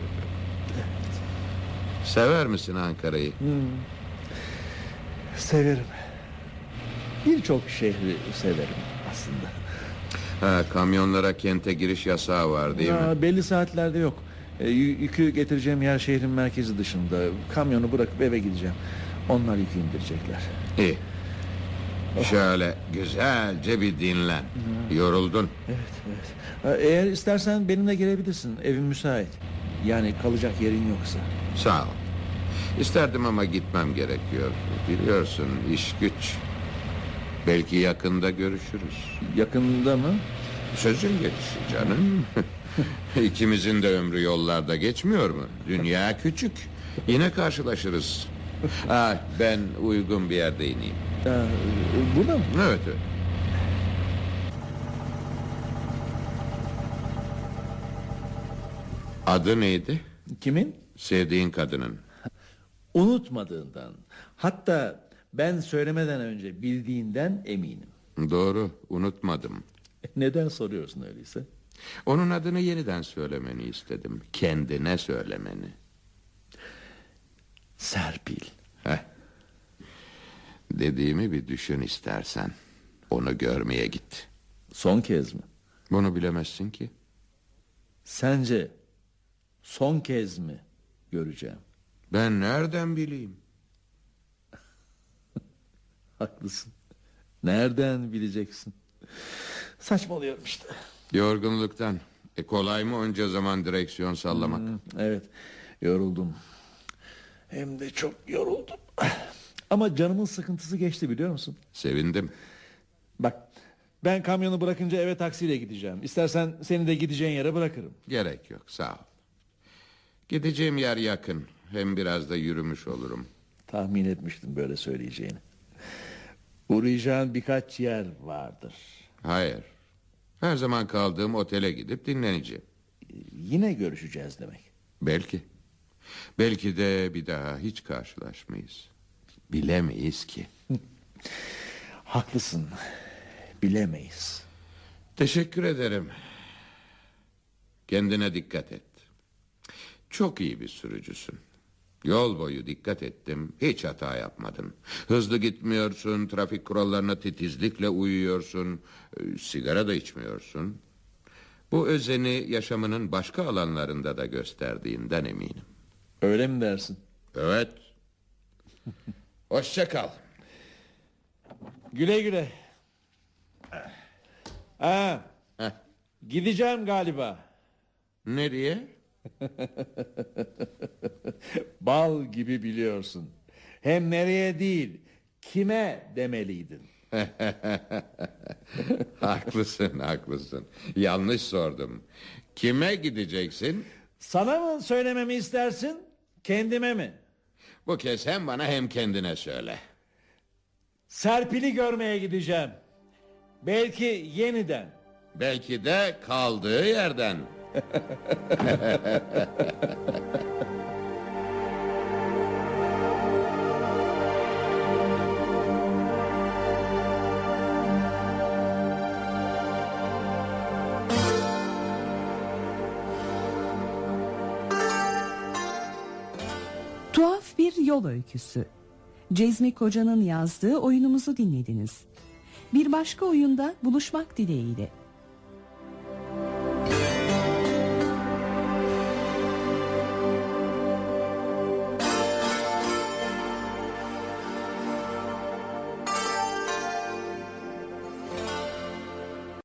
Sever misin Ankara'yı? Hmm. Severim. Birçok şehri severim aslında. Ha, kamyonlara kente giriş yasağı var değil ya, mi? belli saatlerde yok. E, yükü getireceğim yer şehrin merkezi dışında. Kamyonu bırakıp eve gideceğim. Onlar yükü indirecekler. İyi. Şöyle güzelce bir dinlen. Hmm. Yoruldun. Evet, evet. Eğer istersen benimle gelebilirsin. Evim müsait. Yani kalacak yerin yoksa. Sağ ol. İsterdim ama gitmem gerekiyor. Biliyorsun, iş güç. Belki yakında görüşürüz. Yakında mı? Sözün gelişi canım. İkimizin de ömrü yollarda geçmiyor mu? Dünya küçük. Yine karşılaşırız. Ah, ben uygun bir yerde ineyim. Ee, burada mı? Evet, evet. Adı neydi? Kimin? Sevdiğin kadının. Unutmadığından. Hatta ben söylemeden önce bildiğinden eminim. Doğru, unutmadım. Neden soruyorsun öyleyse? Onun adını yeniden söylemeni istedim. Kendine söylemeni. Serpil. Heh. Dediğimi bir düşün istersen. Onu görmeye git. Son kez mi? Bunu bilemezsin ki. Sence son kez mi göreceğim? Ben nereden bileyim? Haklısın. Nereden bileceksin? Saçmalıyorum işte. Yorgunluktan. E kolay mı onca zaman direksiyon sallamak? Hmm, evet, yoruldum. Hem de çok yoruldum. Ama canımın sıkıntısı geçti, biliyor musun? Sevindim. Bak, ben kamyonu bırakınca eve taksiyle gideceğim. İstersen seni de gideceğin yere bırakırım. Gerek yok, sağ ol. Gideceğim yer yakın. Hem biraz da yürümüş olurum. Tahmin etmiştim böyle söyleyeceğini. Uğrayacağın birkaç yer vardır. Hayır. Her zaman kaldığım otele gidip dinleneceğim. Yine görüşeceğiz demek. Belki. Belki de bir daha hiç karşılaşmayız. Bilemeyiz ki. Haklısın. Bilemeyiz. Teşekkür ederim. Kendine dikkat et. Çok iyi bir sürücüsün. Yol boyu dikkat ettim. Hiç hata yapmadın. Hızlı gitmiyorsun. Trafik kurallarına titizlikle uyuyorsun. e, Sigara da içmiyorsun. Bu özeni yaşamının başka alanlarında da gösterdiğinden eminim. Öyle mi dersin? Evet. Hoşça kal. Güle güle. Ha, Heh. gideceğim galiba. Nereye? Bal gibi biliyorsun. Hem nereye değil, kime demeliydin. Haklısın, haklısın. Yanlış sordum. Kime gideceksin? Sana mı söylememi istersin, kendime mi? Bu kez hem bana hem kendine söyle. Serpil'i görmeye gideceğim. Belki yeniden. Belki de kaldığı yerden. Tuhaf bir yol öyküsü. Cezmi Koca'nın yazdığı oyunumuzu dinlediniz. Bir başka oyunda buluşmak dileğiyle.